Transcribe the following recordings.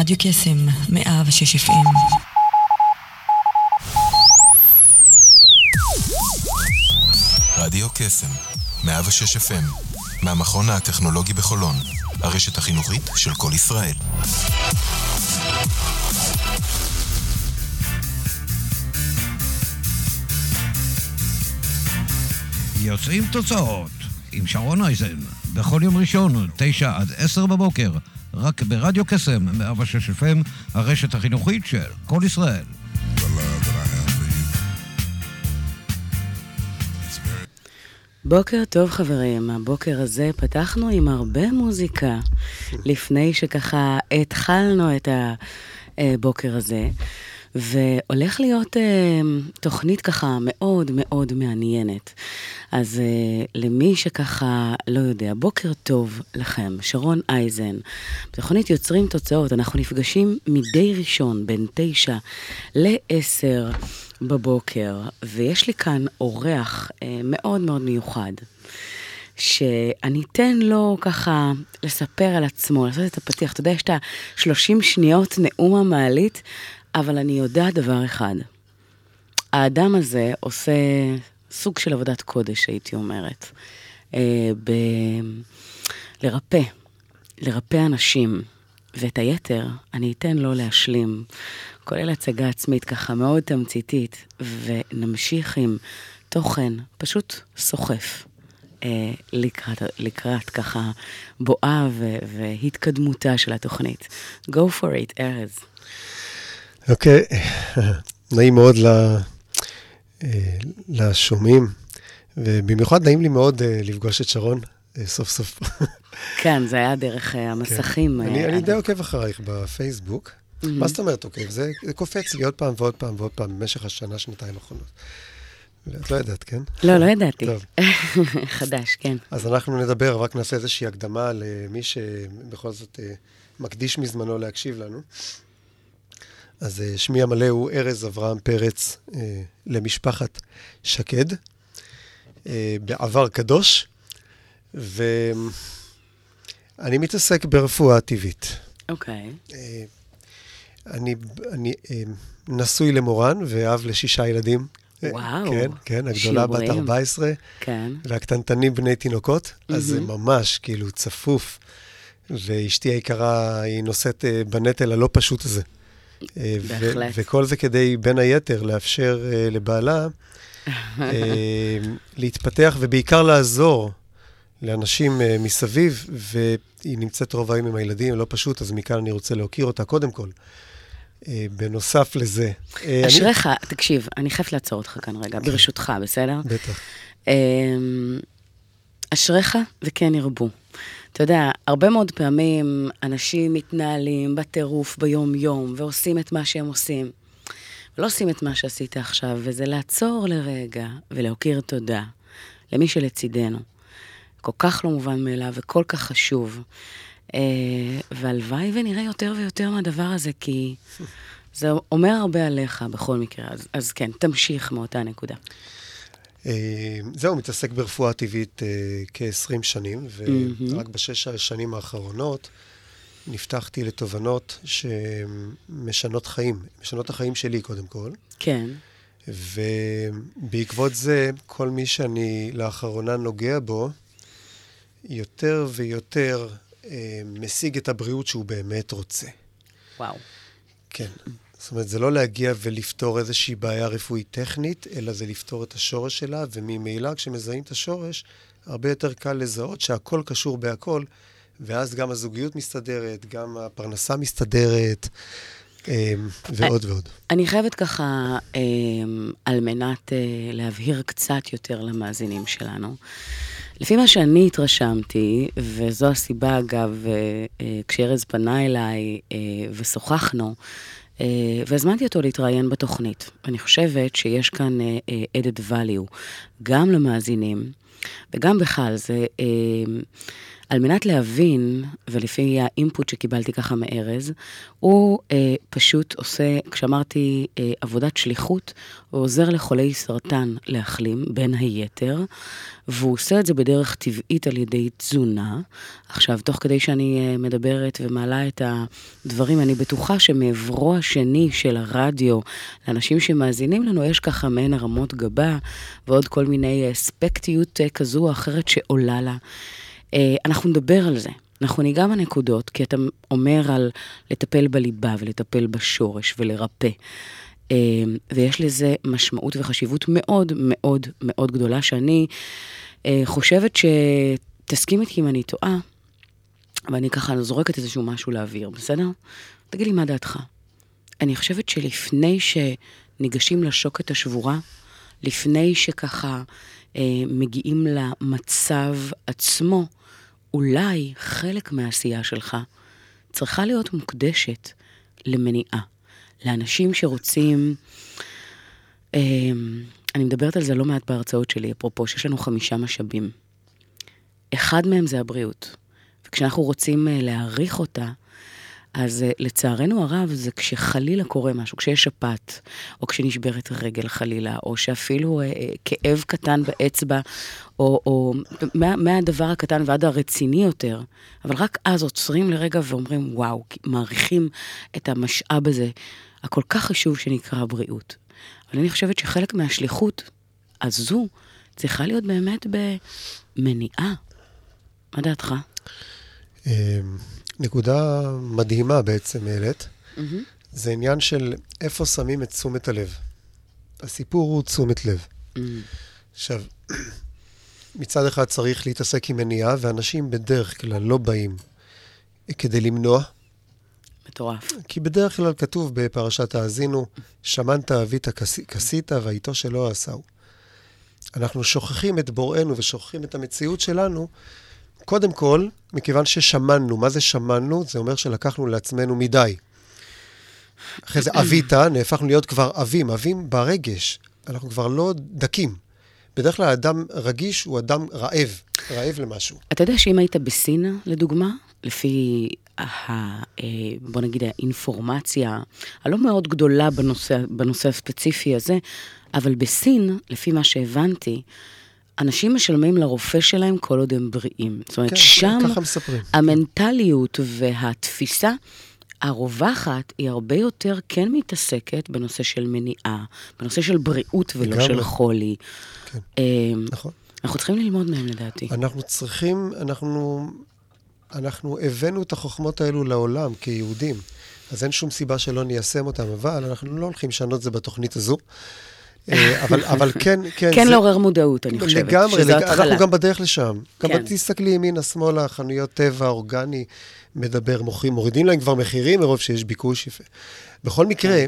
רדיו קסם, 106 FM. רדיו קסם, 106 FM, מהמכון הטכנולוגי בחולון, הרשת החינוכית של כל ישראל. יוצאים תוצאות עם שרון אייזן, בכל יום ראשון, 9 עד 10 בבוקר, רק ברדיו קסם, 106 FM, הרשת החינוכית של כל ישראל. בוקר טוב חברים, הבוקר הזה פתחנו עם הרבה מוזיקה, לפני שככה התחלנו את הבוקר הזה, והולך להיות תוכנית ככה מאוד מאוד מעניינת. אז למי שככה לא יודע, בוקר טוב לכם, שרון אייזן. בתוכנית יוצרים תוצאות, אנחנו נפגשים מדי ראשון בין 9 ל-10 בבוקר, ויש לי כאן אורח מאוד מאוד מיוחד, שאני אתן לו ככה לספר על עצמו, לעשות את הפתיח. אתה יודע, יש את 30 שניות נאום המעלית, אבל אני יודעת דבר אחד. האדם הזה עושה סוג של עבודת קודש, הייתי אומרת. לרפא אנשים, ואת היתר אני אתן לו להשלים. כולל הצגה עצמית ככה מאוד תמציתית, ונמשיך עם תוכן פשוט סוחף לקראת ככה בואה והתקדמותה של התוכנית. Go for it, ארז. אוקיי, נעים מאוד לשומעים, ובמיוחד נעים לי מאוד לפגוש את שרון, סוף סוף. כן, זה היה דרך המסכים. אני די עוקב אחרייך בפייסבוק. מה זאת אומרת עוקב? זה קופץ לי עוד פעם ועוד פעם ועוד פעם, במשך השנה, שנתיים האחרונות. את לא ידעת, כן? לא ידעתי. חדש, כן. אז אנחנו נדבר, רק נעשה איזושהי הקדמה למי שבכל זאת מקדיש מזמנו להקשיב לנו. אז שמי המלא הוא ארז אברהם פרץ, למשפחת שקד, בעבר קדוש, ואני מתעסק ברפואה טבעית. אוקיי. אני נשוי למורן ואב ל6 ילדים. וואו. כן, הגדולה בת 14, כן. והקטנטנים בני תינוקות, אז זה ממש כאילו צפוף, ואשתי היקרה היא נושאת בנטל הלא פשוט הזה. בהחלט. וכל זה כדי בין היתר לאפשר לבעלה להתפתח ובעיקר לעזור לאנשים מסביב, והיא נמצאת רוב היום עם הילדים, לא פשוט, אז מכאן אני רוצה להוקיר אותה קודם כל. בנוסף לזה. אשריך, תקשיב, אני חייבת לעצור אותך כאן רגע, ברשותך, בסדר? בטח. אשריך וכן ירבו. אתה יודע, הרבה מאוד פעמים אנשים מתנהלים בטירוף ביום-יום, ועושים את מה שהם עושים. ולא עושים את מה שעשית עכשיו, וזה לעצור לרגע ולהוקיר תודה למי שלצידנו. כל כך לא מובן מאליו וכל כך חשוב. והלוואי ונראה יותר ויותר מהדבר הזה, כי זה אומר הרבה עליך בכל מקרה. אז כן, תמשיך מאותה נקודה. זהו, מתעסק ברפואה טבעית כ-20 שנים, ורק ב6 השנים האחרונות נפתחתי לתובנות שמשנות חיים, משנות החיים שלי קודם כל. כן. ובעקבות זה, כל מי שאני לאחרונה נוגע בו, יותר ויותר משיג את הבריאות שהוא באמת רוצה. וואו. כן. זאת אומרת, זה לא להגיע ולפתור איזושהי בעיה רפואית טכנית, אלא זה לפתור את השורש שלה, וממילא כשמזהים את השורש, הרבה יותר קל לזהות שהכל קשור בהכל, ואז גם הזוגיות מסתדרת, גם הפרנסה מסתדרת, ועוד ועוד. אני חייבת ככה, על מנת להבהיר קצת יותר למאזינים שלנו, לפי מה שאני התרשמתי, וזו הסיבה אגב, כשארז פנה אליי ושוחחנו, והזמנתי אותו להתראיין בתוכנית. אני חושבת שיש כאן added value, גם למאזינים, וגם בכלל, זה על מנת להבין, ולפי האינפוט שקיבלתי ככה מארז, הוא פשוט עושה, כשאמרתי עבודת שליחות, הוא עוזר לחולי סרטן להחלים, בין היתר, והוא עושה את זה בדרך טבעית על ידי תזונה. עכשיו, תוך כדי שאני מדברת ומעלה את הדברים, אני בטוחה שמעברו השני של הרדיו, לאנשים שמאזינים לנו, יש ככה מעין הרמות גבה, ועוד כל מיני אספקטיות כזו או אחרת שעולה לה. אנחנו נדבר על זה. אנחנו ניגע בנקודות, כי אתה אומר על לטפל בליבה ולטפל בשורש ולרפא. ויש לזה משמעות וחשיבות מאוד מאוד מאוד גדולה, שאני חושבת שתסכים איתי אם אני טועה, ואני ככה זורקת איזשהו משהו לאוויר, בסדר? תגיד לי מה דעתך. אני חושבת שלפני שניגשים לשוקת השבורה, לפני שככה מגיעים למצב עצמו, אולי חלק מהעשייה שלך צריכה להיות מוקדשת למניעה. לאנשים שרוצים, אני מדברת על זה לא מעט בהרצאות שלי, אפרופו שיש לנו 5 משאבים. אחד מהם זה הבריאות. וכשאנחנו רוצים להעריך אותה, אז לצערנו הרב זה כשחלילה קורה משהו, כשיש שפעת, או כשנשברת רגל חלילה, או שאפילו כאב קטן באצבע, או מהדבר הקטן ועד הרציני יותר, אבל רק אז עוצרים לרגע ואומרים, וואו, מעריכים את המשאב הזה, הכל כך חשוב שנקרא בריאות. אבל אני חושבת שחלק מהשליחות הזו צריכה להיות באמת במניעה. מה דעתך? נקודה מדהימה בעצם העלית, זה עניין של איפה שמים את תשומת הלב. הסיפור הוא תשומת לב. עכשיו, מצד אחד צריך להתעסק עם מניעה, ואנשים בדרך כלל לא באים כדי מטורף. כי בדרך כלל כתוב בפרשת האזינו, שמנת אבית כסית והאיתו שלא עשהו. אנחנו שוכחים את בוראנו ושוכחים את המציאות שלנו, קודם כל, מכיוון ששמנו, מה זה שמנו? זה אומר שלקחנו לעצמנו מדי. אחרי זה אביתה, נהפכנו להיות כבר אבים ברגש. אנחנו כבר לא דקים. בדרך כלל האדם רגיש הוא אדם רעב למשהו. אתה יודע שאם היית בסין, לדוגמה, לפי, בוא נגיד, האינפורמציה הלא מאוד גדולה בנושא הספציפי הזה, אבל בסין, לפי מה שהבנתי, אנשים משלמים לרופא שלהם כל עוד הם בריאים. זאת אומרת, שם המנטליות והתפיסה הרווחת היא הרבה יותר כן מתעסקת בנושא של מניעה, בנושא של בריאות ולא של חולי. נכון. אנחנו צריכים ללמוד מהם לדעתי. אנחנו הבאנו את החוכמות האלו לעולם כיהודים, אז אין שום סיבה שלא ניישם אותם, אבל אנחנו לא הולכים לשנות זה בתוכנית הזו. אבל כן... כן לעורר מודעות, אני חושבת. לגמרי, אנחנו גם בדרך לשם. גם תסתכלי ימינה, שמאלה, חנויות טבע, אורגני, מדבר, מוכרים, מורידים להם כבר מחירים, מרוב שיש ביקוש יפה. בכל מקרה,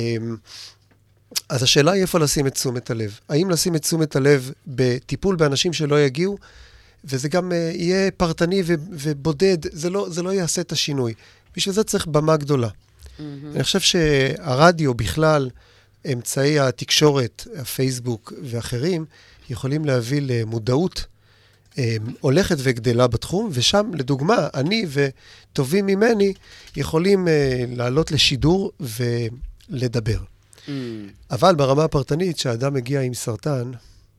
אז השאלה היא איפה לשים את תשומת הלב. האם לשים את תשומת הלב בטיפול באנשים שלא יגיעו, וזה גם יהיה פרטני ובודד, זה לא יעשה את השינוי. בשביל זה צריך במה גדולה. אני חושב שהרדיו בכלל, אמצעי התקשורת, הפייסבוק ואחרים, יכולים להביא למודעות הולכת וגדלה בתחום, ושם, לדוגמה, אני וטובים ממני יכולים לעלות לשידור ולדבר. אבל ברמה הפרטנית, שהאדם מגיע עם סרטן,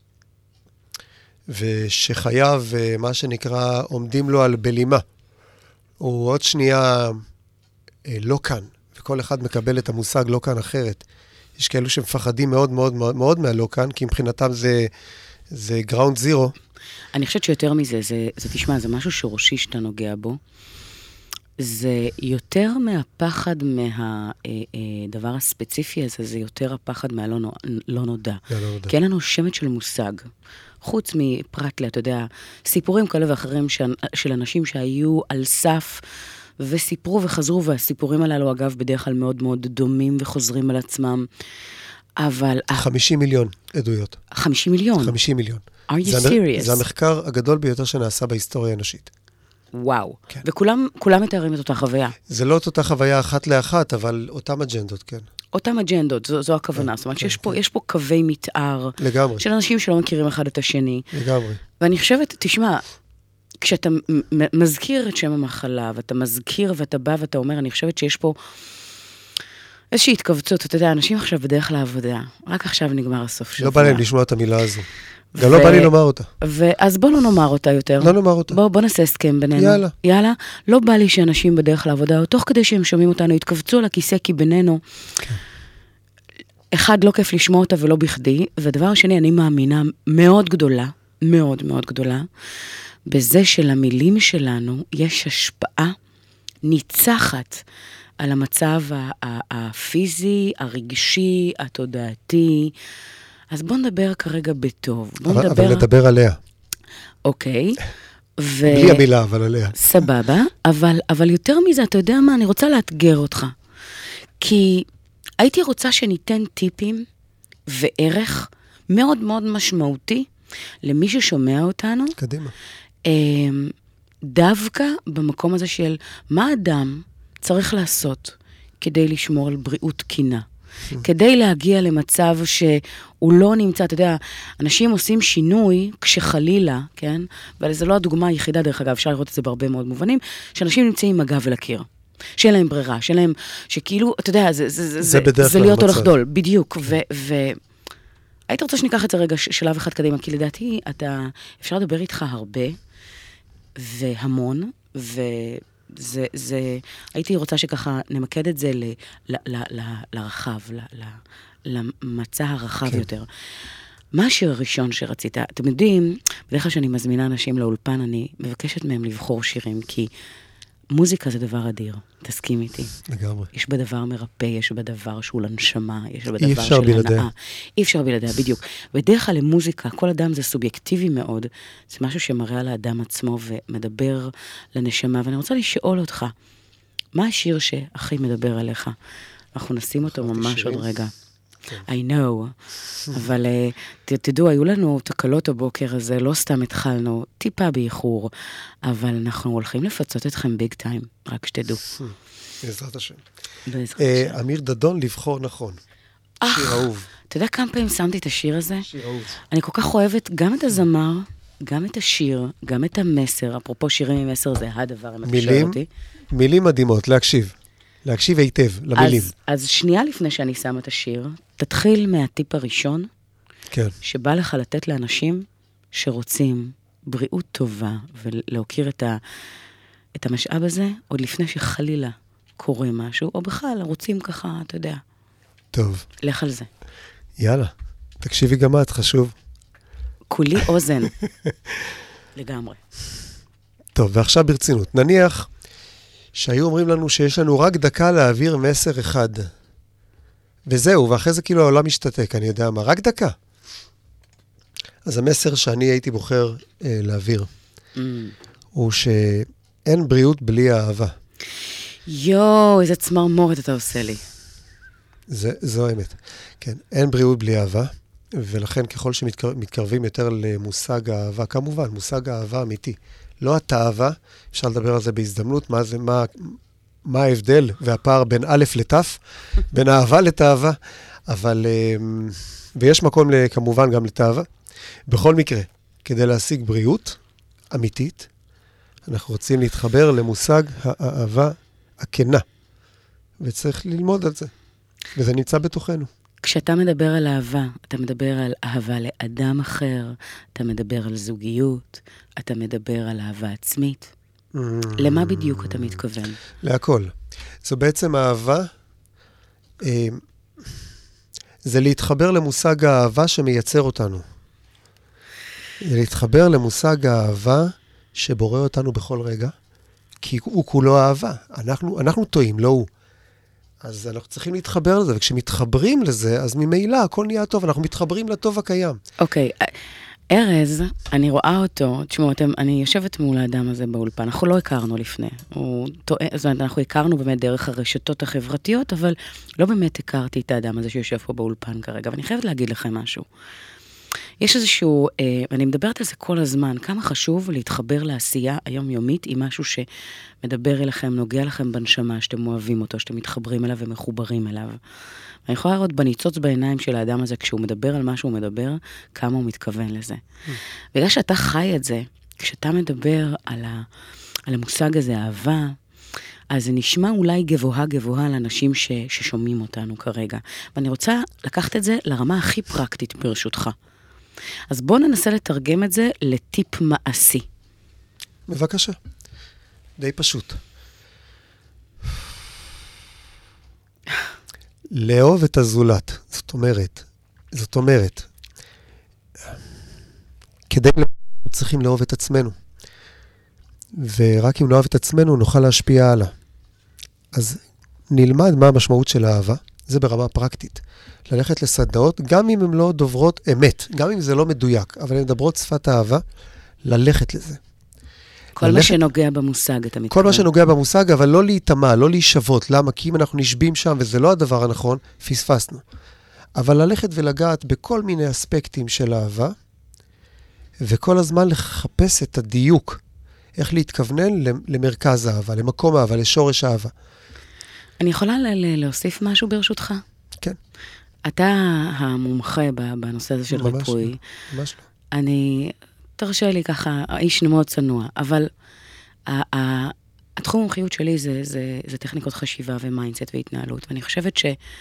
ושחייו, מה שנקרא, עומדים לו על בלימה, הוא עוד שנייה לא כאן, וכל אחד מקבל את המושג לא כאן אחרת. יש כאלו שמפחדים מאוד מאוד מאוד מהלא כאן, כי מבחינתם זה גראונד זירו. אני חושבת שיותר מזה, תשמע, זה משהו שראשי שאתה נוגע בו. זה יותר מהפחד מהדבר הספציפי הזה, זה יותר הפחד מהלא נודע. כי אין לנו שמץ של מושג. חוץ מפרט אתה יודע, סיפורים כאלה ואחרים של אנשים שהיו על סף, וסיפרו וחזרו, והסיפורים הללו, אגב, בדרך כלל מאוד מאוד דומים וחוזרים על עצמם, אבל... 50 מיליון עדויות. 50 מיליון? 50 מיליון. Are you serious? זה המחקר הגדול ביותר שנעשה בהיסטוריה האנושית. וואו. כן. וכולם מתארים את אותה חוויה. זה לא את אותה חוויה אחת לאחת, אבל אותם אג'נדות, כן. אותם אג'נדות, זו הכוונה. זאת אומרת שיש פה קווי מתאר. לגמרי. של אנשים שלא מכירים אחד את השני. לגמרי. ואני חושבת, תשמע, כשאתה מזכיר את שם המחלה, ואתה מזכיר ואתה בא ואתה אומר, אני חושבת שיש פה איזושהי התכווצות, אתה יודע, אנשים עכשיו בדרך לעבודה, רק עכשיו נגמר הסוף שבוע. לא בא להם לשמוע את המילה הזו. גם לא בא לי לומר אותה. אז בוא לא נאמר אותה יותר. לא נאמר אותה. בוא נעשה הסכם בינינו. יאללה. יאללה. לא בא לי שאנשים בדרך לעבודה, או תוך כדי שהם שומעים אותנו, יתכווצו על הכיסא, כי בינינו, אחד, לא כיף לשמוע אותה ולא בכדי, ודבר שני, אני מאמינה מאוד גדולה, מאוד מאוד גדולה, בזה שלמילים שלנו יש השפעה ניצחת על המצב הפיזי, הרגשי, התודעתי. אז בוא נדבר כרגע בטוב. אבל נדבר עליה. אוקיי. בלי המילה, אבל עליה. סבבה, אבל יותר מזה, אתה יודע מה? אני רוצה לאתגר אותך. כי הייתי רוצה שניתן טיפים וערך מאוד מאוד משמעותי למי ששומע אותנו. קדימה. דווקא במקום הזה של מה אדם צריך לעשות כדי לשמור על בריאות תקינה. כדי להגיע למצב שהוא לא נמצא, אתה יודע, אנשים עושים שינוי כשחלילה, כן? אבל זו לא הדוגמה היחידה, דרך אגב, אפשר לראות את זה בהרבה מאוד מובנים, שאנשים נמצאים עם הגב אל הקיר. שאין להם ברירה, שאין להם, שכאילו, אתה יודע, זה להיות או לחדול, בדיוק. הייתי רוצה שניקח את זה רגע שלב אחד קדימה, כי לדעתי, אפשר לדבר איתך הרבה, והמון, הייתי רוצה שככה נמקד את זה לרחב, למצע הרחב יותר. מה השיר הראשון שרצית? אתם יודעים, בדרך כלל שאני מזמינה אנשים לאולפן, אני מבקשת מהם לבחור שירים, כי מוזיקה זה דבר אדיר, תסכים איתי. לגמרי. יש בדבר מרפא, יש בדבר שהוא לנשמה, יש בדבר אי אפשר בלעדיה. אי אפשר בלעדיה, בדיוק. בדרך כלל למוזיקה, כל אדם זה סובייקטיבי מאוד, זה משהו שמראה על האדם עצמו ומדבר לנשמה, ואני רוצה לשאול אותך, מה השיר שהכי מדבר עליך? אנחנו נשים אותו ממש עוד רגע. I know, אבל תדעו, היו לנו תקלות הבוקר הזה, לא סתם התחלנו, טיפה באיחור, אבל אנחנו הולכים לפצות אתכם ביג טיים, רק שתדעו. בעזרת השם. בעזרת השם. אמיר דדון, לבחור נכון. שיר אהוב. אתה יודע כמה פעמים שמתי את השיר הזה? שיר אהוב. אני כל כך אוהבת גם את הזמר, גם את השיר, גם את המסר, אפרופו שירים עם מסר זה הדבר, אם אתה שואל אותי. מילים מדהימות, להקשיב היטב למילים. אז שנייה לפני שאני שמה את השיר, תתחיל מהטיפ הראשון, כן. שבא לך לתת לאנשים שרוצים בריאות טובה, ולהוקיר את המשאב הזה, עוד לפני שחלילה קורה משהו, או בכלל רוצים ככה, אתה יודע. טוב. לך על זה. יאללה, תקשיבי גם את, חשוב. כולי אוזן. לגמרי. טוב, ועכשיו ברצינות. נניח שהיו אומרים לנו שיש לנו רק דקה להעביר מסר אחד. וזהו, ואחרי זה כאילו העולם משתתק, אני יודע מה, רק דקה. אז המסר שאני הייתי בוחר להעביר, הוא שאין בריאות בלי אהבה. יואו, איזה צמרמורת אתה עושה לי. זו האמת. כן, אין בריאות בלי אהבה, ולכן ככל שמתקרבים יותר למושג האהבה, כמובן, מושג האהבה אמיתי. לא התאווה, אפשר לדבר על זה בהזדמנות, מה ההבדל והפער בין א' לת', בין אהבה לתאווה, אבל, ויש מקום כמובן גם לתאווה. בכל מקרה, כדי להשיג בריאות אמיתית, אנחנו רוצים להתחבר למושג האהבה הכנה, וצריך ללמוד על זה, וזה נמצא בתוכנו. כשאתה מדבר על אהבה, אתה מדבר על אהבה לאדם אחר, אתה מדבר על זוגיות, אתה מדבר על אהבה עצמית. למה בדיוק אתה מתכוון? להכל. זו בעצם אהבה, זה להתחבר למושג האהבה שמייצר אותנו. זה להתחבר למושג האהבה שבורא אותנו בכל רגע, כי הוא כולו אהבה. אנחנו טועים, לא הוא. אז אנחנו צריכים להתחבר לזה, וכשמתחברים לזה, אז ממילא הכל נהיה טוב, אנחנו מתחברים לטוב הקיים. אוקיי, ארז, אני רואה אותו, תשמעו, אני יושבת מול האדם הזה באולפן, אנחנו לא הכרנו לפני, זאת אומרת, אנחנו הכרנו באמת דרך הרשתות החברתיות, אבל לא באמת הכרתי את האדם הזה שיושב פה באולפן כרגע, ואני חייבת להגיד לכם משהו. יש איזשהו, אני מדברת על זה כל הזמן, כמה חשוב להתחבר לעשייה היומיומית עם משהו שמדבר אליכם, נוגע לכם בנשמה, שאתם אוהבים אותו, שאתם מתחברים אליו ומחוברים אליו. אני יכולה לראות בניצוץ בעיניים של האדם הזה, כשהוא מדבר על מה שהוא מדבר, כמה הוא מתכוון לזה. בגלל שאתה חי את זה, כשאתה מדבר על המושג הזה, אהבה, אז זה נשמע אולי גבוהה לאנשים ששומעים אותנו כרגע. ואני רוצה לקחת את זה לרמה הכי פרקטית ברשותך. אז בוא ננסה לתרגם את זה לטיפ מעשי. בבקשה. די פשוט. לאהוב את הזולת. זאת אומרת, כדי צריכים לאהוב את עצמנו. ורק אם נאהב את עצמנו נוכל להשפיע הלאה. אז נלמד מה המשמעות של האהבה, זה ברמה פרקטית. ללכת לסדנאות, גם אם הן לא דוברות אמת, גם אם זה לא מדויק, אבל הן מדברות שפת האהבה, ללכת לזה. כל מה שנוגע במושג, אתה מתכוון. כל מה שנוגע במושג, אבל לא להיטמע, לא להישבות. למה? כי אם אנחנו נשבים שם, וזה לא הדבר הנכון, פספסנו. אבל ללכת ולגעת בכל מיני אספקטים של אהבה, וכל הזמן לחפש את הדיוק, איך להתכוונן למרכז האהבה, למקום האהבה, לשורש האהבה. אני יכולה להוסיף משהו ברשותך? כן. אתה המומחה בנושא הזה של ריפוי. ממש לא. תרשה לי ככה, האיש מאוד צנוע, אבל התחום המומחיות שלי זה טכניקות חשיבה ומיינדסט והתנהלות, ואני חושבת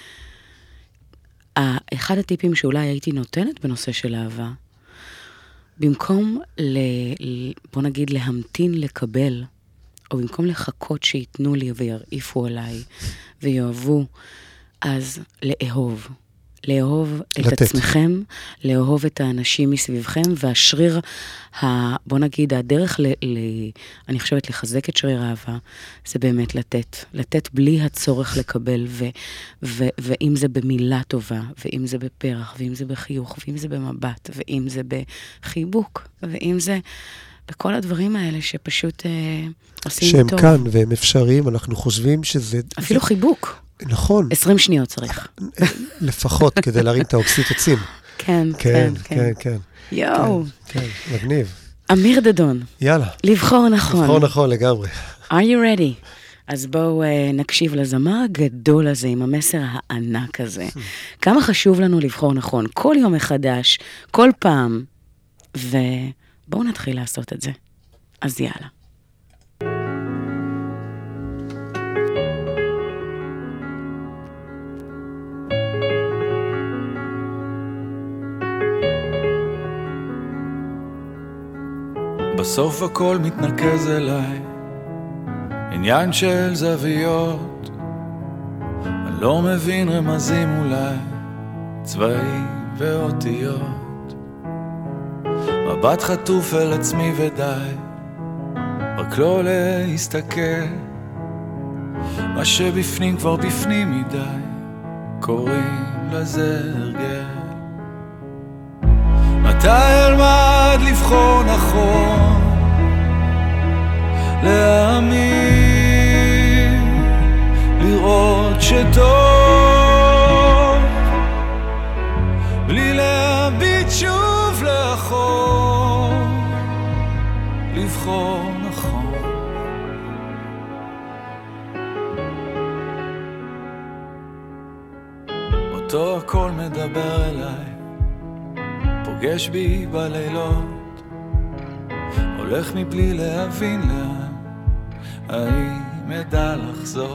שאחד הטיפים שאולי הייתי נותנת בנושא של אהבה, במקום, בוא נגיד, להמתין לקבל, או במקום לחכות שיתנו לי וירעיפו עליי ויאהבו, אז לאהוב. לאהוב את עצמכם, לאהוב את האנשים מסביבכם, והשריר, בוא נגיד, הדרך אני חושבת לחזק את שריר האהבה, זה באמת לתת בלי הצורך לקבל, ואם זה במילה טובה, ואם זה בפרח, ואם זה בחיוך, ואם זה במבט, ואם זה בחיבוק, ואם זה בכל הדברים האלה שפשוט עושים טוב. שהם כאן והם אפשריים, אנחנו חושבים שזה... אפילו חיבוק. נכון. 20 שניות צריך. לפחות כדי להרים את האוקסיטוצין. כן. יואו. כן, מגניב. אמיר דדון. יאללה. לבחור נכון. לבחור נכון לגמרי. Are you ready? אז בואו נקשיב לזמר הגדול הזה, עם המסר הענק הזה. כמה חשוב לנו לבחור נכון, כל יום מחדש, כל פעם. ובואו נתחיל לעשות את זה. אז יאללה. בסוף הכל מתנקז אליי, עניין של זוויות, אני לא מבין רמזים אולי, צבעים ואותיות, מבט חטוף אל עצמי ודי, רק לא להסתכל, מה שבפנים כבר בפנים מדי, קוראים לזה הרגל. מתי אלמד לבחור נכון, להאמין, לראות שטוב, בלי להביט שוב לאחור, לבחור נכון. אותו הכל מדבר אליי, פוגש בי בלילות, הולך מבלי להבין לאן, האם אדע לחזור,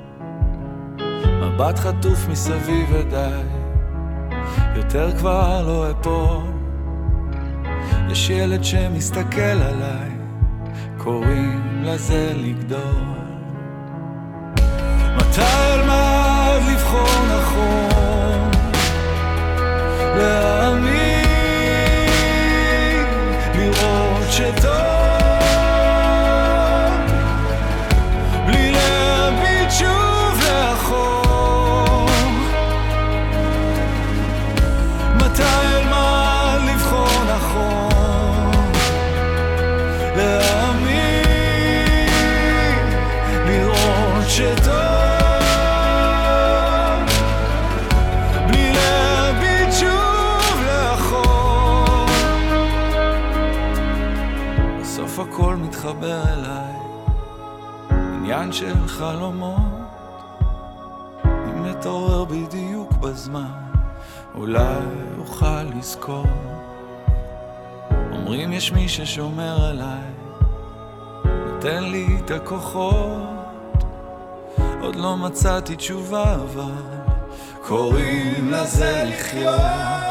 מבט חטוף מסביב ודי, יותר כבר לא אפול, יש ילד שמסתכל עליי, קוראים לזה לגדול. מתי אלמד לבחור נכון, להאמין, לראות שטוב, בלי להביט שוב לאחור. מתי אלמד לבחור נכון, להאמין, לראות שטוב, הכל מתחבר אליי, עניין של חלומות, אם מתעורר בדיוק בזמן, אולי אוכל לזכור, אומרים יש מי ששומר עליי, נותן לי את הכוחות, עוד לא מצאתי תשובה אבל קוראים לזה לחיות.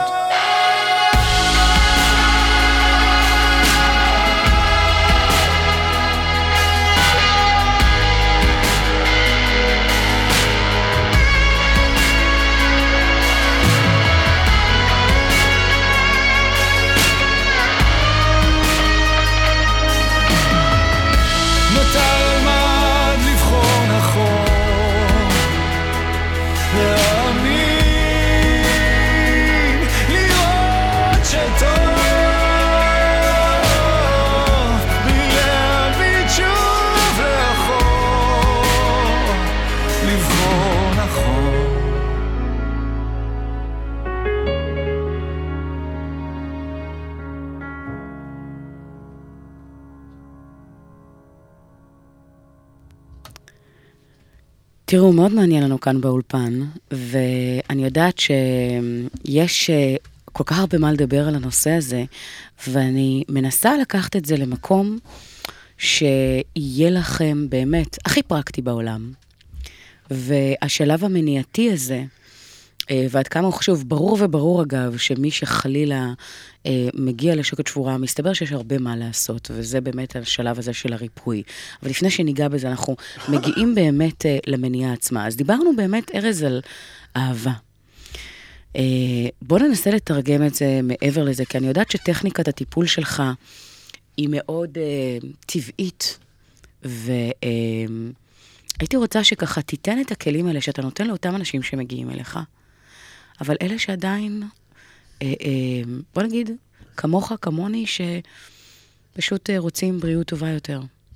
תראו, מאוד מעניין לנו כאן באולפן, ואני יודעת שיש כל כך הרבה מה לדבר על הנושא הזה, ואני מנסה לקחת את זה למקום שיהיה לכם באמת הכי פרקטי בעולם. והשלב המניעתי הזה, ועד כמה הוא חשוב, ברור וברור אגב, שמי שחלילה מגיע לשוקת שבורה, מסתבר שיש הרבה מה לעשות, וזה באמת השלב הזה של הריפוי. אבל לפני שניגע בזה, אנחנו מגיעים באמת למניעה עצמה. אז דיברנו באמת, ארז, על אהבה. בוא ננסה לתרגם את זה מעבר לזה, כי אני יודעת שטכניקת הטיפול שלך היא מאוד טבעית, והייתי רוצה שככה תיתן את הכלים האלה שאתה נותן לאותם אנשים שמגיעים אליך. אבל אלה שעדיין, בוא נגיד, כמוך, כמוני, שפשוט רוצים בריאות טובה יותר.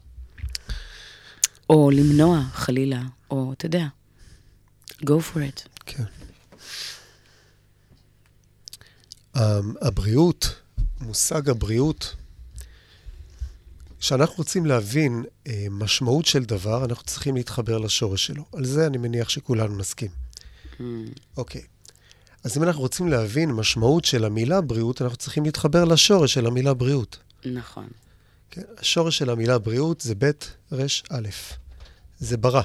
או למנוע, חלילה, או, אתה יודע, go for it. כן. הבריאות, מושג הבריאות, כשאנחנו רוצים להבין משמעות של דבר, אנחנו צריכים להתחבר לשורש שלו. על זה אני מניח שכולנו נסכים. אוקיי. אז אם אנחנו רוצים להבין משמעות של המילה בריאות, אנחנו צריכים להתחבר לשורש של המילה בריאות. נכון. כן? השורש של המילה בריאות זה ב' ר' א'. זה ברא.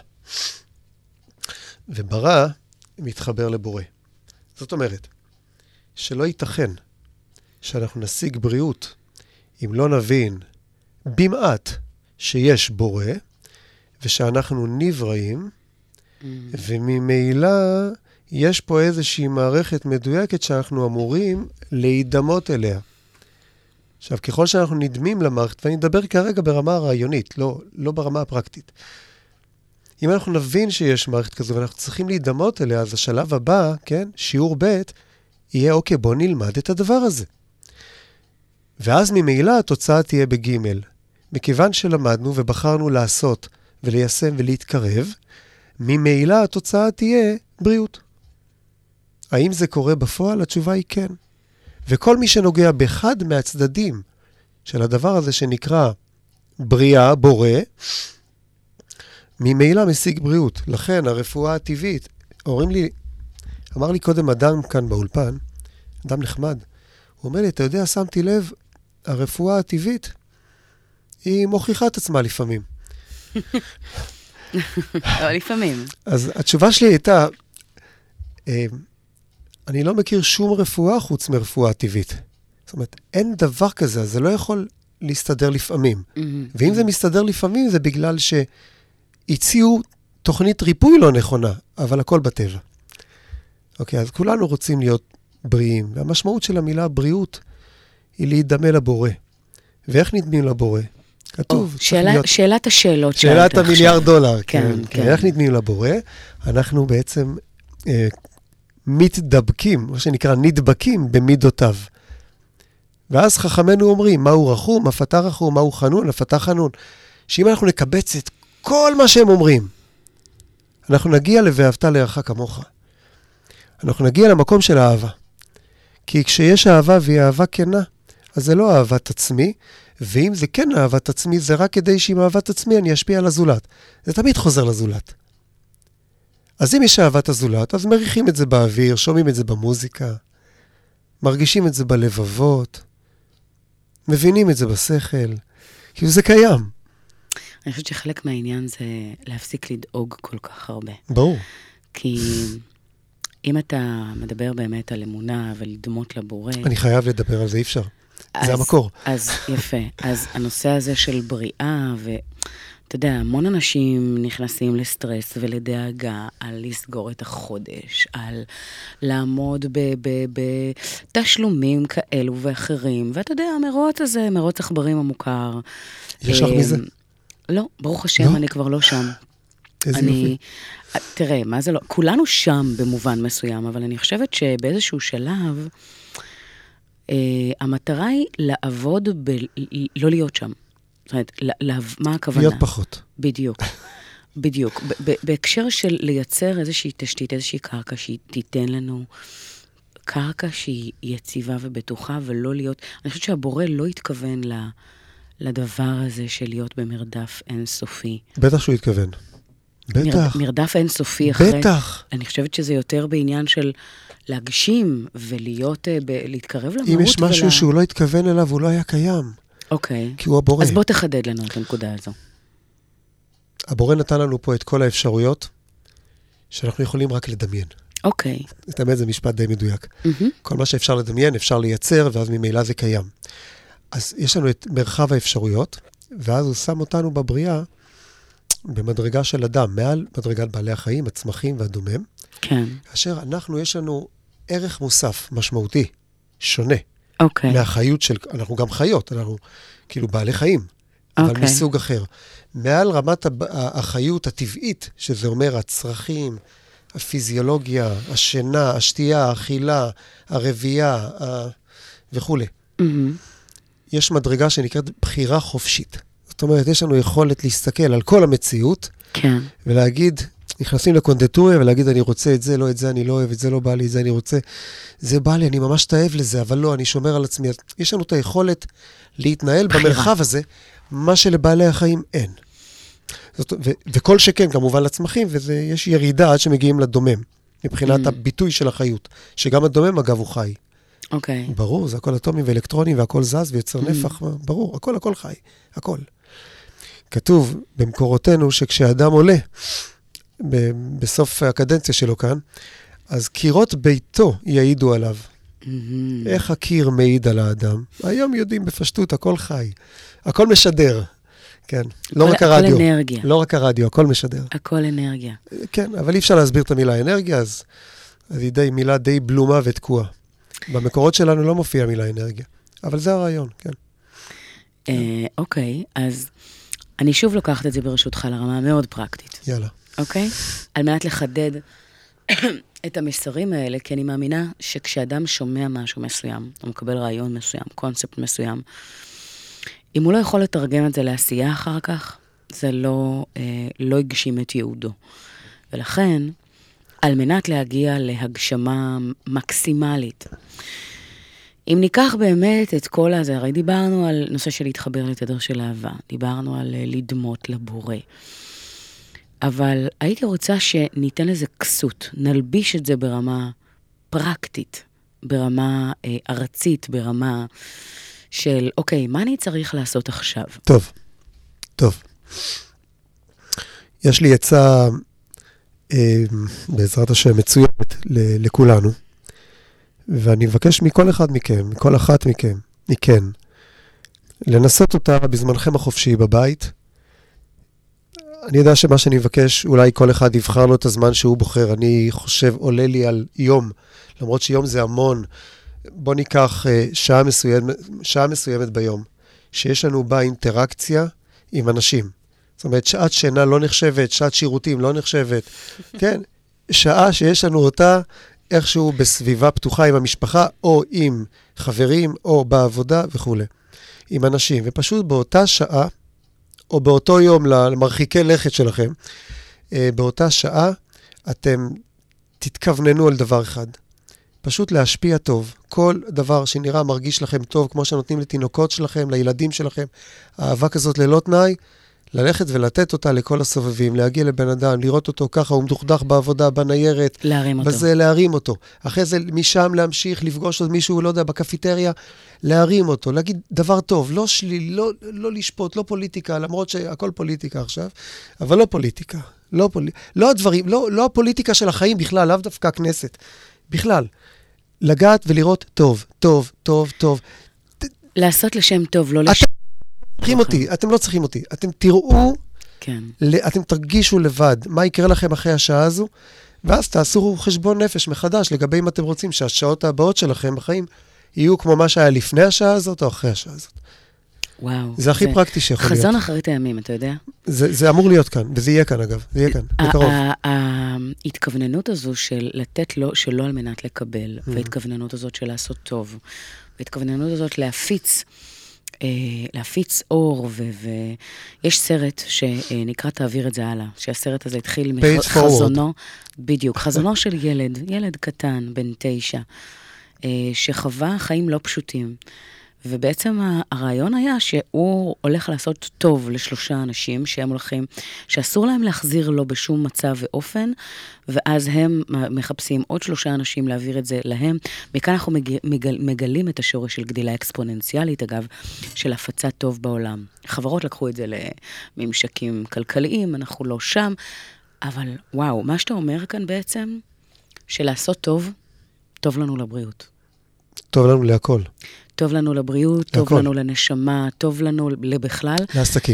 וברא מתחבר לבורא. זאת אומרת, שלא ייתכן שאנחנו נשיג בריאות אם לא נבין במעט שיש בורא, ושאנחנו נבראים, וממילא יש פה איזושהי מערכת מדויקת שאנחנו אמורים להידמות אליה. עכשיו, ככל שאנחנו נדמים למערכת, ואני אדבר כרגע ברמה הרעיונית, לא ברמה הפרקטית. אם אנחנו נבין שיש מערכת כזו ואנחנו צריכים להידמות אליה, אז השלב הבא, כן, שיעור ב' יהיה, אוקיי, בוא נלמד את הדבר הזה. ואז ממילא התוצאה תהיה בג'. מכיוון שלמדנו ובחרנו לעשות וליישם ולהתקרב, ממילא התוצאה תהיה בריאות. האם זה קורה בפועל? התשובה היא כן. וכל מי שנוגע באחד מהצדדים של הדבר הזה שנקרא בריאה, בורא, ממילא משיג בריאות. לכן הרפואה הטבעית, אמר לי קודם אדם כאן באולפן, אדם נחמד, הוא אומר לי, אתה יודע, שמתי לב, הרפואה הטבעית היא מוכיחה את עצמה לפעמים. לפעמים. אז התשובה שלי הייתה, אני לא מכיר שום רפואה חוץ מרפואה טבעית. זאת אומרת, אין דבר כזה, אז זה לא יכול להסתדר לפעמים. ואם זה מסתדר לפעמים, זה בגלל שהציעו תוכנית ריפוי לא נכונה, אבל הכל בטבע. אוקיי, אז כולנו רוצים להיות בריאים, והמשמעות של המילה בריאות היא להידמה לבורא. ואיך נדמים לבורא? כתוב. שאלת השאלות. שאלת $1,000,000,000, כן. איך נדמים לבורא? אנחנו בעצם מתדבקים, מה שנקרא נדבקים במידותיו. ואז חכמינו אומרים, מהו רחום, אף אתה רחום, מהו חנון, אף אתה חנון. שאם אנחנו נקבץ את כל מה שהם אומרים, אנחנו נגיע ל"ואהבת לרעך כמוך". אנחנו נגיע למקום של האהבה. כי כשיש אהבה והיא אהבה כנה, אז זה לא אהבת עצמי, ואם זה כן אהבת עצמי, זה רק כדי שעם אהבת עצמי אני אשפיע על הזולת. זה תמיד חוזר לזולת. אז אם יש אהבת הזולת, אז מריחים את זה באוויר, שומעים את זה במוזיקה, מרגישים את זה בלבבות. מבינים את זה בשכל, כאילו זה קיים. אני חושבת שחלק מהעניין זה להפסיק לדאוג כל כך הרבה. ברור. כי אם אתה מדבר באמת על אמונה ולדמות לבורא... אני חייב לדבר על זה, אי אפשר. זה המקור. אז יפה. אז הנושא הזה של בריאה, ואתה יודע, המון אנשים נכנסים לסטרס ולדאגה על לסגור את החודש, על לעמוד בתשלומים כאלו ואחרים, ואתה יודע, המרוץ הזה, מרוץ עכברים המוכר. יש לך מזה? לא, ברוך השם, אני כבר לא שם. איזה יופי. תראה, מה זה לא? כולנו שם במובן מסוים, אבל אני חושבת שבאיזשהו שלב, המטרה היא לעבוד, לא להיות שם. זאת אומרת, מה הכוונה? להיות פחות. בדיוק. בדיוק. בהקשר של לייצר איזושהי תשתית, איזושהי קרקע שהיא תיתן לנו קרקע שהיא יציבה ובטוחה, ולא להיות... אני חושבת שהבורא לא התכוון לדבר הזה של להיות במרדף אינסופי. בטח שהוא התכוון. בטח. מרדף אינסופי אחרי... בטח. אני חושבת שזה יותר בעניין של להגשים ולהיות, להתקרב למהות. אם יש משהו שהוא לא התכוון אליו, הוא לא היה קיים. אוקיי. כי הוא הבורא. אז בוא תחדד לנו את הנקודה הזו. הבורא נתן לנו פה את כל האפשרויות, שאנחנו יכולים רק לדמיין. אוקיי. זאת אומרת, זה משפט די מדויק. כל מה שאפשר לדמיין, אפשר לייצר, ואז ממילא זה קיים. אז יש לנו את מרחב האפשרויות, ואז הוא שם אותנו בבריאה, במדרגה של אדם, מעל מדרגת בעלי החיים, הצמחים והדומם. כן. כאשר יש לנו ערך מוסף, משמעותי, שונה. אוקיי. מהחיות של, אנחנו גם חיות, אנחנו כאילו בעלי חיים, אבל מסוג אחר. מעל רמת החיות הטבעית, שזה אומר הצרכים, הפיזיולוגיה, השינה, השתייה, האכילה, הרבייה, וכו'. יש מדרגה שנקראת בחירה חופשית. זאת אומרת, יש לנו יכולת להסתכל על כל המציאות, כן. ולהגיד, נכנסים לקונדטוריה ולהגיד, אני רוצה את זה, לא את זה, אני לא אוהב, את זה לא בא לי, את זה אני רוצה, זה בא לי, אני ממש תאהב לזה, אבל לא, אני שומר על עצמי. יש לנו את היכולת להתנהל במרחב הזה, מה שלבעלי החיים אין. וכל שכן, כמובן לצמחים, ויש ירידה עד שמגיעים לדומם, מבחינת הביטוי של החיות, שגם הדומם, אגב, הוא חי. אוקיי. ברור, זה הכל אטומים ואלקטרונים, והכל זז ויוצר נפח, ברור, הכל חי, הכל. כתוב במקורותינו שכשאדם עולה, בסוף הקדנציה שלו כאן, אז קירות ביתו יעידו עליו. איך הקיר מעיד על האדם? היום יודעים בפשטות, הכל חי. הכל משדר. כן. לא רק הרדיו. הכל אנרגיה. לא רק הרדיו, הכל משדר. הכל אנרגיה. כן, אבל אי אפשר להסביר את המילה אנרגיה, אז היא מילה די בלומה ותקועה. במקורות שלנו לא מופיע מילה אנרגיה. אבל זה הרעיון, כן. אוקיי, אז אני שוב לוקחת את זה ברשותך לרמה מאוד פרקטית. יאללה. אוקיי? על מנת לחדד את המסרים האלה, כי אני מאמינה שכשאדם שומע משהו מסוים, הוא מקבל רעיון מסוים, קונספט מסוים, אם הוא לא יכול לתרגם את זה לעשייה אחר כך, זה לא הגשים את יהודו. ולכן, על מנת להגיע להגשמה מקסימלית, אם ניקח באמת את כל הזה, הרי דיברנו על נושא של להתחבר לתדר של אהבה, דיברנו על לדמות לבורא, אבל הייתי רוצה שניתן לזה כסות, נלביש את זה ברמה פרקטית, ברמה ארצית, ברמה של, אוקיי, מה אני צריך לעשות עכשיו? טוב. יש לי עצה, בעזרת השם, מצוינת לכולנו, ואני מבקש מכל אחד מכם, מכל אחת מכם, לנסות אותה בזמנכם החופשי בבית. אני יודע שמה שאני מבקש, אולי כל אחד יבחר לו את הזמן שהוא בוחר. אני חושב, עולה לי על יום, למרות שיום זה המון. בוא ניקח שעה מסוימת ביום, שיש לנו בה אינטראקציה עם אנשים. זאת אומרת, שעת שינה לא נחשבת, שעת שירותים לא נחשבת. כן, שעה שיש לנו אותה איכשהו בסביבה פתוחה עם המשפחה, או עם חברים, או בעבודה וכו'. עם אנשים. ופשוט באותה שעה, או באותו יום למרחיקי לכת שלכם, באותה שעה אתם תתכווננו על דבר אחד. פשוט להשפיע טוב. כל דבר שנראה מרגיש לכם טוב, כמו שנותנים לתינוקות שלכם, לילדים שלכם, האהבה כזאת ללא תנאי, ללכת ולתת אותה לכל הסובבים, להגיע לבן אדם, לראות אותו ככה, הוא מדוכדך בעבודה, בניירת. להרים אותו. וזה להרים אותו. אחרי זה משם להמשיך, לפגוש עוד מישהו, לא יודע, בקפיטריה, להרים אותו, להגיד דבר טוב, לא שליל, לא לשפוט, לא פוליטיקה, למרות שהכל פוליטיקה עכשיו, אבל לא פוליטיקה. לא הדברים, לא הפוליטיקה של החיים בכלל, לאו דווקא הכנסת. בכלל. לגעת ולראות טוב, טוב, טוב, טוב. לעשות לשם טוב, לא אתם לא צריכים אותי. אתם תראו, כן. אתם תרגישו לבד מה יקרה לכם אחרי השעה הזו, ואז תעשו חשבון נפש מחדש לגבי אם אתם רוצים שהשעות הבאות שלכם בחיים יהיו כמו מה שהיה לפני השעה הזאת או אחרי השעה הזאת. וואו. זה הכי פרקטי שיכול להיות. חזון אחרית הימים, אתה יודע? זה אמור להיות כאן, וזה יהיה כאן אגב, זה יהיה כאן, בקרוב. ההתכווננות הזו של לתת לו שלא על מנת לקבל, וההתכווננות הזאת של לעשות טוב, וההתכווננות הזאת להפיץ אור, ויש סרט שנקרא תעביר את זה הלאה, שהסרט הזה התחיל מחזונו, בדיוק, חזונו של ילד קטן, בן 9, שחווה חיים לא פשוטים, ובעצם הרעיון היה שהוא הולך לעשות טוב ל3 אנשים שהם הולכים, שאסור להם להחזיר לו בשום מצב ואופן, ואז הם מחפשים עוד 3 אנשים להעביר את זה להם. מכאן אנחנו מגלים את השורש של גדילה אקספוננציאלית, אגב, של הפצת טוב בעולם. חברות לקחו את זה לממשקים כלכליים, אנחנו לא שם, אבל וואו, מה שאתה אומר כאן בעצם, שלעשות טוב, טוב לנו לבריאות. טוב לנו להכל. טוב לנו לבריאות, טוב לנו לנשמה, טוב לנו לבכלל. לעסקים.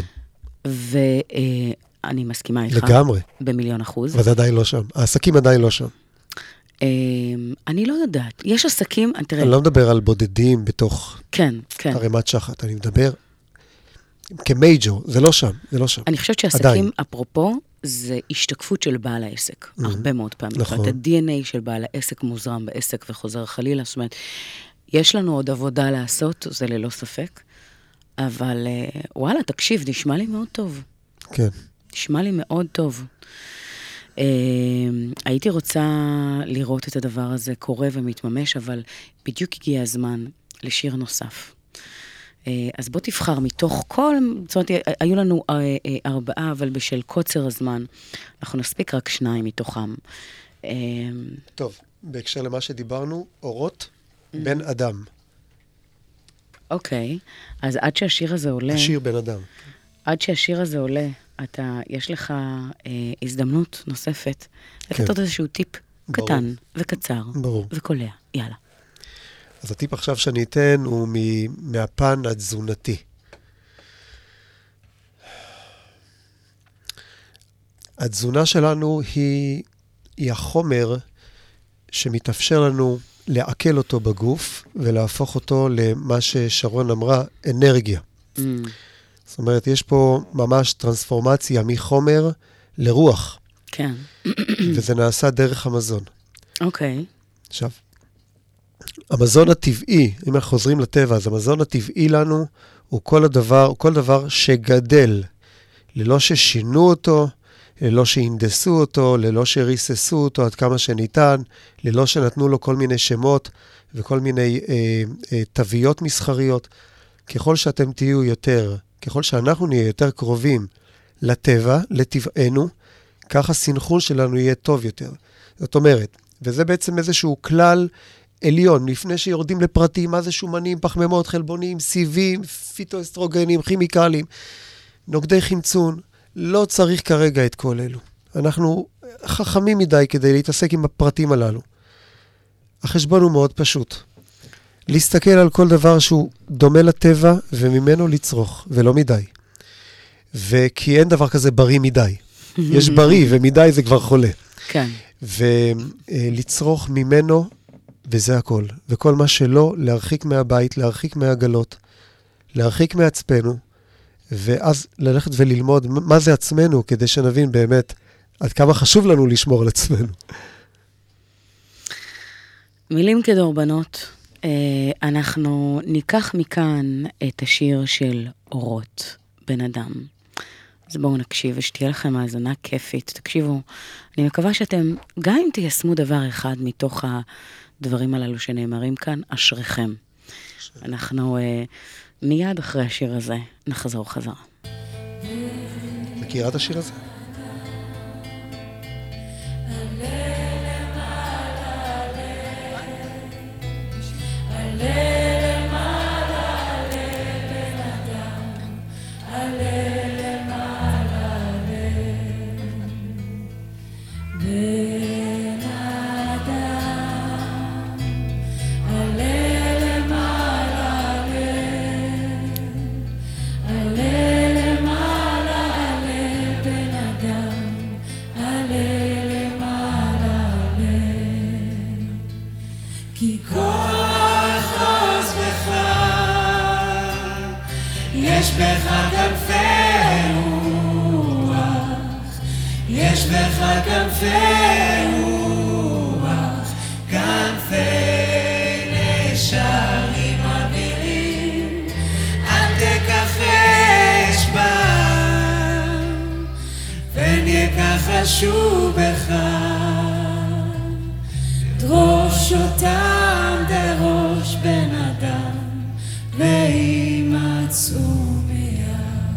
ואני מסכימה איתך. לגמרי. ב1,000,000%. אבל זה עדיין לא שם. העסקים עדיין לא שם. אני לא יודעת. יש עסקים, תראה. אני לא מדבר על בודדים בתוך כן. הרמת שחת. אני מדבר כמייג'ור. זה לא שם, זה לא שם. אני חושבת שעסקים, אפרופו, זה השתקפות של בעל העסק. הרבה מאוד פעמים. נכון. את ה-DNA של בעל העסק מוזרם בעסק וחוזר חלילה. זאת אומרת, יש לנו עוד עבודה לעשות, זה ללא ספק, אבל וואלה, תקשיב, נשמע לי מאוד טוב. כן. נשמע לי מאוד טוב. הייתי רוצה לראות את הדבר הזה קורה ומתממש, אבל בדיוק הגיע הזמן לשיר נוסף. אז בוא תבחר מתוך כל, זאת אומרת, היו לנו 4, אבל בשל קוצר הזמן, אנחנו נספיק רק 2 מתוכם. טוב, בהקשר למה שדיברנו, אורות, בן אדם. אוקיי, אז עד שהשיר הזה עולה... השיר בן אדם. עד שהשיר הזה עולה, יש לך הזדמנות נוספת, לתת עוד איזשהו טיפ קטן וקצר וקולע. יאללה. אז הטיפ עכשיו שאני אתן הוא מהפן התזונתי. התזונה שלנו היא החומר שמתאפשר לנו לעכל אותו בגוף ולהפוך אותו למה ששרון אמרה, אנרגיה. זאת אומרת, יש פה ממש טרנספורמציה מחומר לרוח. כן. וזה נעשה דרך המזון. אוקיי. עכשיו, המזון הטבעי, אם אנחנו חוזרים לטבע, אז המזון הטבעי לנו הוא כל דבר שגדל, ללא ששינו אותו, ללא שהנדסו אותו, ללא שריססו אותו עד כמה שניתן, ללא שנתנו לו כל מיני שמות וכל מיני תוויות מסחריות. ככל שאתם תהיו יותר, ככל שאנחנו נהיה יותר קרובים לטבע, לטבענו, כך הסינכרון שלנו יהיה טוב יותר. זאת אומרת, וזה בעצם איזשהו כלל עליון, לפני שיורדים לפרטים, מה זה שומנים, פחמימות, חלבונים, סיבים, פיטואסטרוגנים, כימיקלים, נוגדי חמצון, לא צריך כרגע את כל אלו. אנחנו חכמים מדי כדי להתעסק עם הפרטים הללו. החשבון הוא מאוד פשוט. להסתכל על כל דבר שהוא דומה לטבע וממנו לצרוך, ולא מדי. וכי אין דבר כזה בריא מדי. יש בריא ומדי זה כבר חולה. כן. ולצרוך ממנו, וזה הכל. וכל מה שלא, להרחיק מהבית, להרחיק מהגלות, להרחיק מעצמנו, ואז ללכת וללמוד מה זה עצמנו, כדי שנבין באמת עד כמה חשוב לנו לשמור על עצמנו. מילים כדורבנות, אנחנו ניקח מכאן את השיר של אורות, בן אדם. אז בואו נקשיב ושתהיה לכם האזנה כיפית. תקשיבו, אני מקווה שאתם, גם אם תיישמו דבר אחד מתוך הדברים הללו שנאמרים כאן, אשריכם. אנחנו מיד אחרי השיר הזה נחזור חזרה. מכירה את השיר הזה? דרוש אותם דרוש בן אדם וימצאו מיד.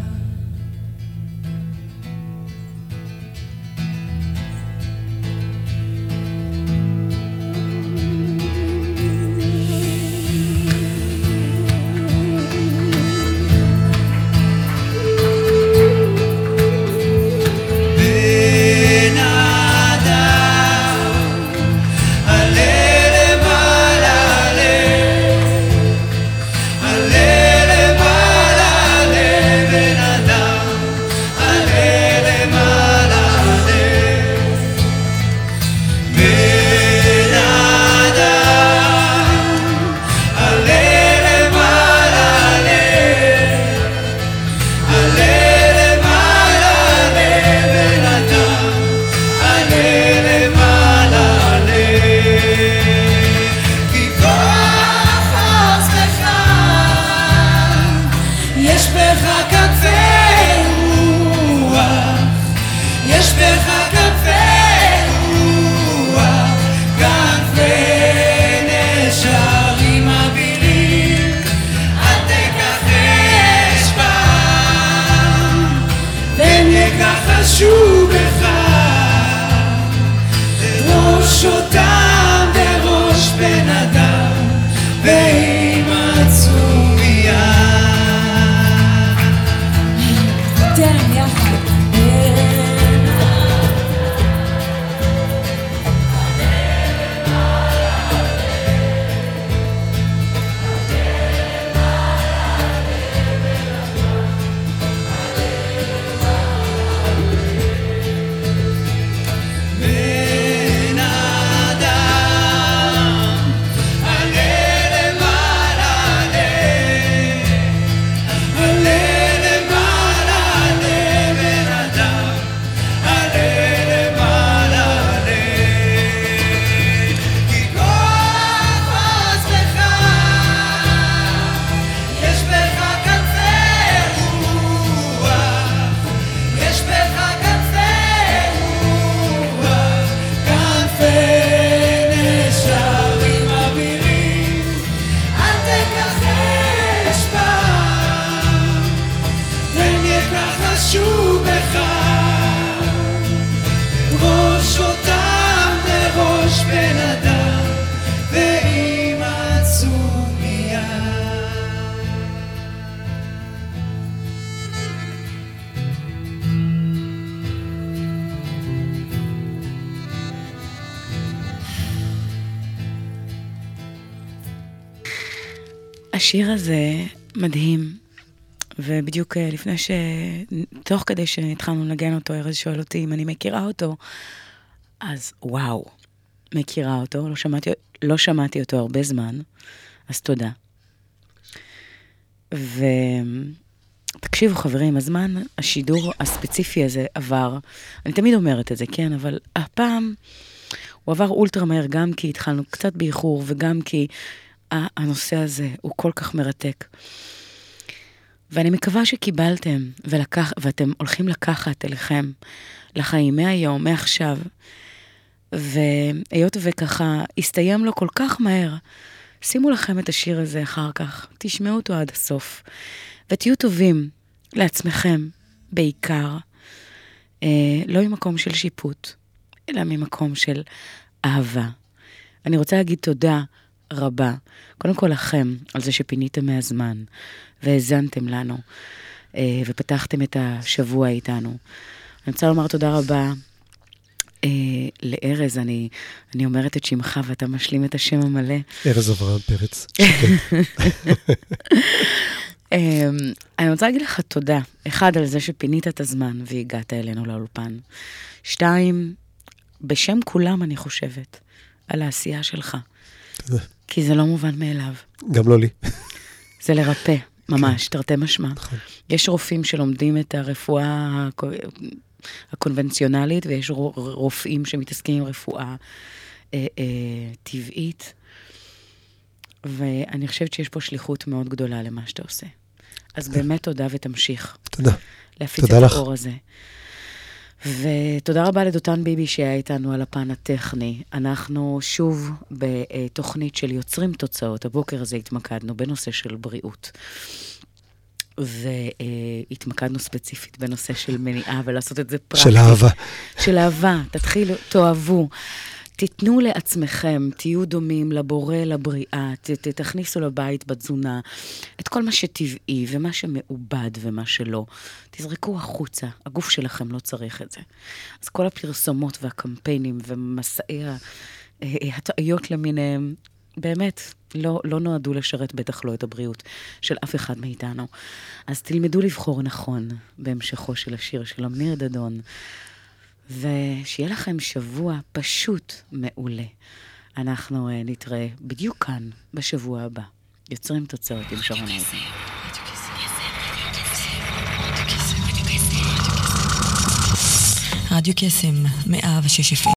השיר הזה מדהים, ובדיוק לפני תוך כדי שהתחלנו לנגן אותו, ארז שואל אותי אם אני מכירה אותו, אז וואו, מכירה אותו, לא שמעתי אותו הרבה זמן, אז תודה. ותקשיבו חברים, הזמן, השידור הספציפי הזה עבר, אני תמיד אומרת את זה, כן, אבל הפעם הוא עבר אולטרה מהר, גם כי התחלנו קצת באיחור, וגם כי הנושא הזה הוא כל כך מרתק. ואני מקווה שקיבלתם ואתם הולכים לקחת אליכם לחיים מהיום, מעכשיו. והיות וככה הסתיים לו כל כך מהר, שימו לכם את השיר הזה אחר כך, תשמעו אותו עד הסוף, ותהיו טובים לעצמכם בעיקר, לא ממקום של שיפוט, אלא ממקום של אהבה. אני רוצה להגיד תודה רבה, קודם כל לכם, על זה שפיניתם מהזמן, והזנתם לנו, ופתחתם את השבוע איתנו. אני רוצה לומר תודה רבה לארז, אני אומרת את שמך, ואתה משלים את השם המלא. ארז אברהם פרץ. אני רוצה להגיד לך תודה. אחד, על זה שפינית את הזמן והגעת אלינו לאולפן. 2, בשם כולם אני חושבת, על העשייה שלך. תודה. כי זה לא מובן מאליו. גם לא לי. זה לרפא, ממש, תרתי משמע. יש רופאים שלומדים את הרפואה הקונבנציונלית, ויש רופאים שמתעסקים עם רפואה טבעית, ואני חושבת שיש פה שליחות מאוד גדולה למה שאתה עושה. אז באמת תודה ותמשיך. תודה. להפיץ את האור הזה. ותודה רבה לדותן ביבי שהיה איתנו על הפן הטכני. אנחנו שוב בתוכנית של יוצרים תוצאות. הבוקר הזה התמקדנו בנושא של בריאות. והתמקדנו ספציפית בנושא של מניעה, ולעשות את זה פרקטי. של אהבה. של אהבה. תתחילו, תאהבו. תיתנו לעצמכם, תהיו דומים לבורא, לבריאה, תכניסו לבית בתזונה, את כל מה שטבעי ומה שמעובד ומה שלא. תזרקו החוצה, הגוף שלכם לא צריך את זה. אז כל הפרסומות והקמפיינים ומסעי הטעיות למיניהם, באמת לא נועדו לשרת בטח לא את הבריאות של אף אחד מאיתנו. אז תלמדו לבחור נכון בהמשכו של השיר של אמיר דדון, ושיהיה לכם שבוע פשוט מעולה. אנחנו נתראה בדיוק כאן בשבוע הבא. יוצרים תוצאות עם שרון אייזן. רדיו קסם 106 FM